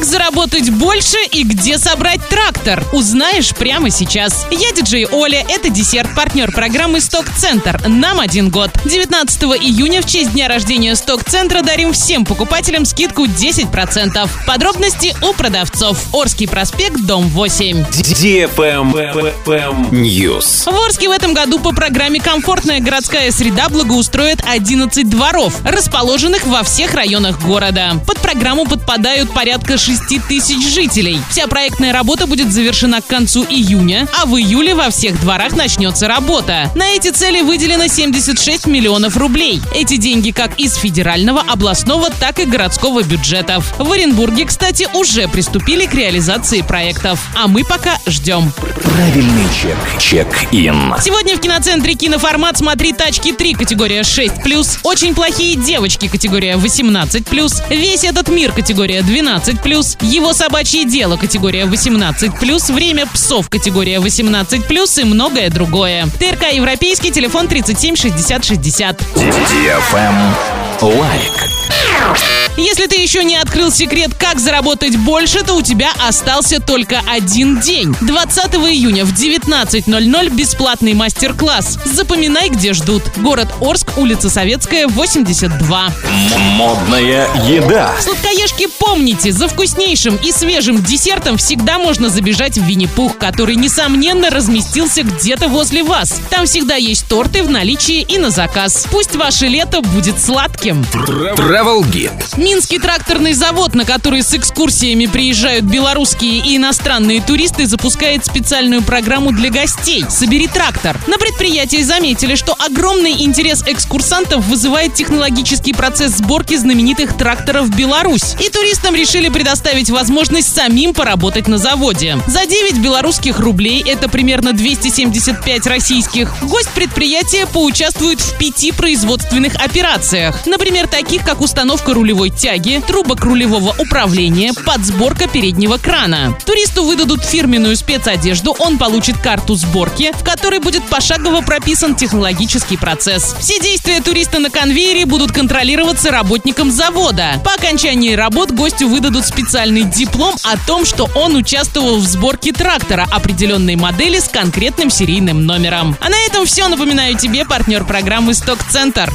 заработать больше и где собрать трактор? Узнаешь прямо сейчас. Я диджей Оля, это Десерт, партнер программы «Сток-центр». Нам 1 год. 19 июня в честь дня рождения «Сток-центра» дарим всем покупателям скидку 10%. Подробности у продавцов. Орский проспект, дом 8. News. В Орске в этом году по программе «Комфортная городская среда» благоустроят 11 дворов, расположенных во всех районах города. Под программу подпадают порядка 6 тысяч жителей. Вся проектная работа будет завершена к концу июня, а в июле во всех дворах начнется работа. На эти цели выделено 76 миллионов рублей. Эти деньги как из федерального, областного, так и городского бюджетов. В Оренбурге, кстати, уже приступили к реализации проектов. А мы пока ждем. Правильный чек. Чек-ин. Сегодня в киноцентре «Киноформат» «Смотри тачки 3» категория 6+, «Очень плохие девочки» категория 18+, «Весь этот мир» категория 12+, «Его собачье дело» категория 18+, «Время псов» категория 18+, и многое другое. ТРК «Европейский», телефон 37 60 60. Лайк. Если ты еще не открыл секрет, как заработать больше, то у тебя остался только один день. 20 июня в 19:00 бесплатный мастер-класс. Запоминай, где ждут. Город Орск, улица Советская, 82. Модная еда. Сладкоежки, помните, за вкуснейшим и свежим десертом всегда можно забежать в Винни-Пух, который, несомненно, разместился где-то возле вас. Там всегда есть торты в наличии и на заказ. Пусть ваше лето будет сладким. Travel Guide. Минский тракторный завод, на который с экскурсиями приезжают белорусские и иностранные туристы, запускает специальную программу для гостей «Собери трактор». На предприятии заметили, что огромный интерес экскурсантов вызывает технологический процесс сборки знаменитых тракторов «Беларусь». И туристам решили предоставить возможность самим поработать на заводе. За 9 белорусских рублей, это примерно 275 российских, гость предприятия поучаствует в 5 производственных операциях. Например, таких как установка рулевой тяги, трубок рулевого управления, подсборка переднего крана. Туристу выдадут фирменную спецодежду, он получит карту сборки, в которой будет пошагово прописан технологический процесс. Все действия туриста на конвейере будут контролироваться работником завода. По окончании работ гостю выдадут специальный диплом о том, что он участвовал в сборке трактора определенной модели с конкретным серийным номером. А на этом все. Напоминаю тебе, партнер программы «Сток-центр».